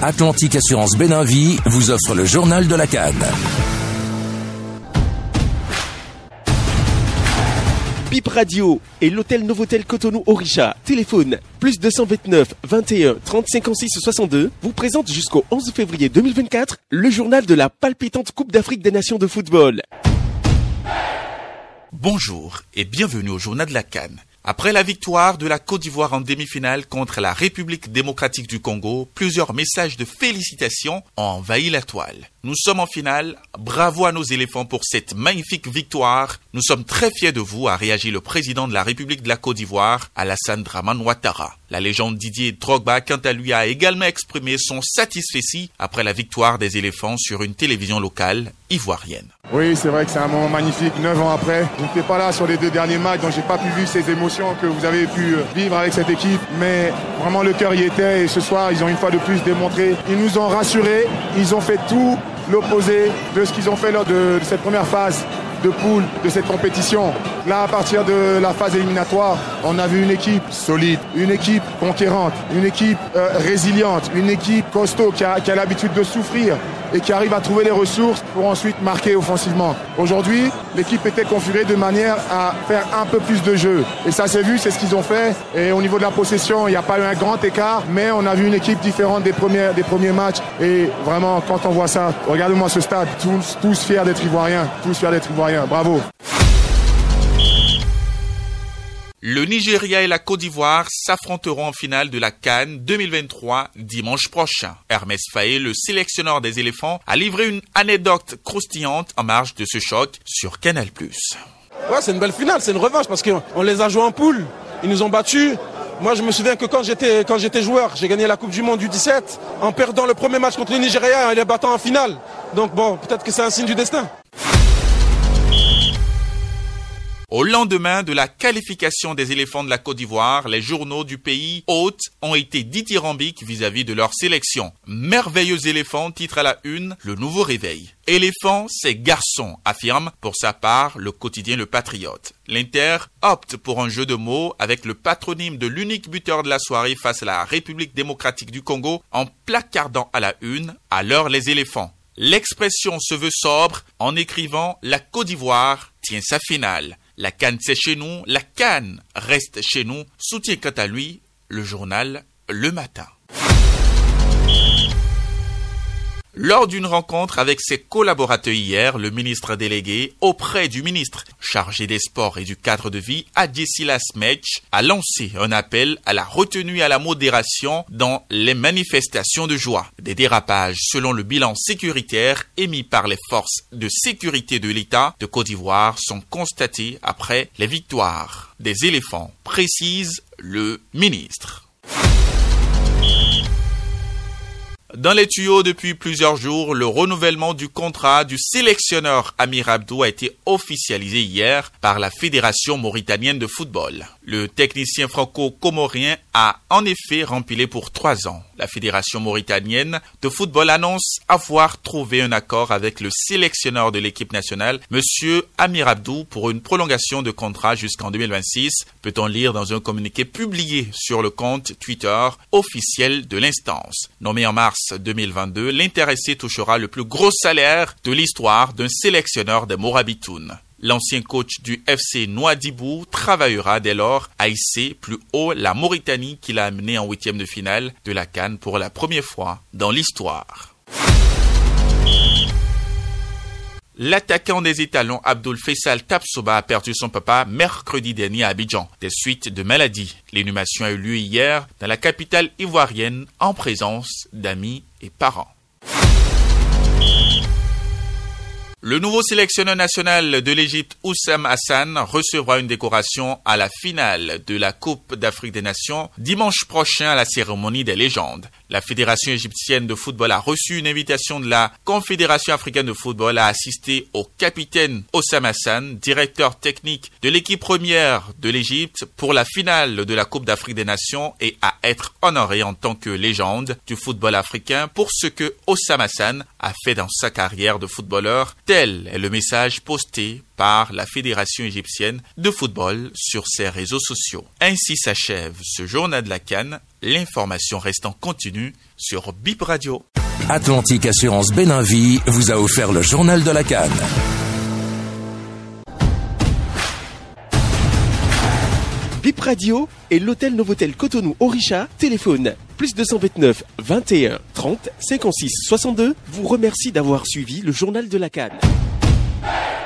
Atlantique Assurance Béninvie vous offre le journal de la CAN. Bip Radio et l'hôtel Novotel Cotonou Orisha, téléphone plus 229 21 30 56 62, vous présente jusqu'au 11 février 2024 le journal de la palpitante Coupe d'Afrique des Nations de football. Bonjour et bienvenue au journal de la CAN. Après la victoire de la Côte d'Ivoire en demi-finale contre la République démocratique du Congo, plusieurs messages de félicitations ont envahi la toile. Nous sommes en finale, bravo à nos éléphants pour cette magnifique victoire. Nous sommes très fiers de vous, a réagi le président de la République de la Côte d'Ivoire, Alassane Dramane Ouattara. La légende Didier Drogba, quant à lui, a également exprimé son satisfecit après la victoire des éléphants sur une télévision locale ivoirienne. Oui, c'est vrai que c'est un moment magnifique, 9 ans après. Je n'étais pas là sur les 2 derniers matchs, donc j'ai pas pu vivre ces émotions que vous avez pu vivre avec cette équipe. Mais vraiment, le cœur y était et ce soir, ils ont une fois de plus démontré. Ils nous ont rassurés, ils ont fait tout l'opposé de ce qu'ils ont fait lors de cette première phase de poule de cette compétition. Là, à partir de la phase éliminatoire, on a vu une équipe solide, une équipe conquérante, une équipe résiliente, une équipe costaud qui a l'habitude de souffrir et qui arrive à trouver les ressources pour ensuite marquer offensivement. Aujourd'hui, l'équipe était configurée de manière à faire un peu plus de jeu. Et ça s'est vu, c'est ce qu'ils ont fait. Et au niveau de la possession, il n'y a pas eu un grand écart, mais on a vu une équipe différente des premiers matchs. Et vraiment, quand on voit ça, regardez-moi ce stade, tous fiers d'être Ivoiriens, bravo. Le Nigeria et la Côte d'Ivoire s'affronteront en finale de la CAN 2023 dimanche prochain. Hermès Faé, le sélectionneur des éléphants, a livré une anecdote croustillante en marge de ce choc sur Canal+. Ouais, c'est une belle finale, c'est une revanche parce qu'on les a joués en poule, ils nous ont battus. Moi, je me souviens que quand j'étais joueur, j'ai gagné la Coupe du Monde du 17 en perdant le premier match contre le Nigeria et les battant en finale. Donc bon, peut-être que c'est un signe du destin. Au lendemain de la qualification des éléphants de la Côte d'Ivoire, les journaux du pays hôte ont été dithyrambiques vis-à-vis de leur sélection. Merveilleux éléphant, titre à la une, le nouveau réveil. Éléphant, c'est garçon, affirme pour sa part le quotidien Le Patriote. L'Inter opte pour un jeu de mots avec le patronyme de l'unique buteur de la soirée face à la République démocratique du Congo en placardant à la une, à l'heure les éléphants. L'expression se veut sobre en écrivant « La Côte d'Ivoire tient sa finale ». La CAN c'est chez nous, la CAN reste chez nous, soutient quant à lui le journal Le Matin. Lors d'une rencontre avec ses collaborateurs hier, le ministre délégué auprès du ministre chargé des sports et du cadre de vie, Adjessila Smetch, a lancé un appel à la retenue et à la modération dans les manifestations de joie. Des dérapages selon le bilan sécuritaire émis par les forces de sécurité de l'État de Côte d'Ivoire sont constatés après les victoires des éléphants, précise le ministre. Dans les tuyaux depuis plusieurs jours, le renouvellement du contrat du sélectionneur Amir Abdou a été officialisé hier par la Fédération mauritanienne de football. Le technicien franco-comorien a en effet rempilé pour 3 ans. La Fédération mauritanienne de football annonce avoir trouvé un accord avec le sélectionneur de l'équipe nationale, Monsieur Amir Abdou, pour une prolongation de contrat jusqu'en 2026, peut-on lire dans un communiqué publié sur le compte Twitter officiel de l'instance. Nommé en mars 2022, l'intéressé touchera le plus gros salaire de l'histoire d'un sélectionneur des Morabitoun. L'ancien coach du FC Nouadhibou travaillera dès lors à hisser plus haut la Mauritanie qu'il a amené en 8e de finale de la CAN pour la première fois dans l'histoire. L'attaquant des étalons Abdoul Faisal Tapsoba a perdu son papa mercredi dernier à Abidjan, des suites de maladie. L'inhumation a eu lieu hier dans la capitale ivoirienne en présence d'amis et parents. Le nouveau sélectionneur national de l'Égypte, Oussam Hassan, recevra une décoration à la finale de la Coupe d'Afrique des Nations dimanche prochain à la cérémonie des légendes. La Fédération égyptienne de football a reçu une invitation de la Confédération africaine de football à assister au capitaine Oussam Hassan, directeur technique de l'équipe première de l'Égypte pour la finale de la Coupe d'Afrique des Nations et à être honoré en tant que légende du football africain pour ce que Oussam Hassan a fait dans sa carrière de footballeur. Tel est le message posté par la Fédération égyptienne de football sur ses réseaux sociaux. Ainsi s'achève ce journal de la CAN. L'information reste en continu sur BIP Radio. Atlantique Assurance Béninvie vous a offert le journal de la CAN. BIP Radio et l'hôtel Novotel Cotonou Orisha, téléphone +229 21 30 56 62 vous remercie d'avoir suivi le journal de la CAN.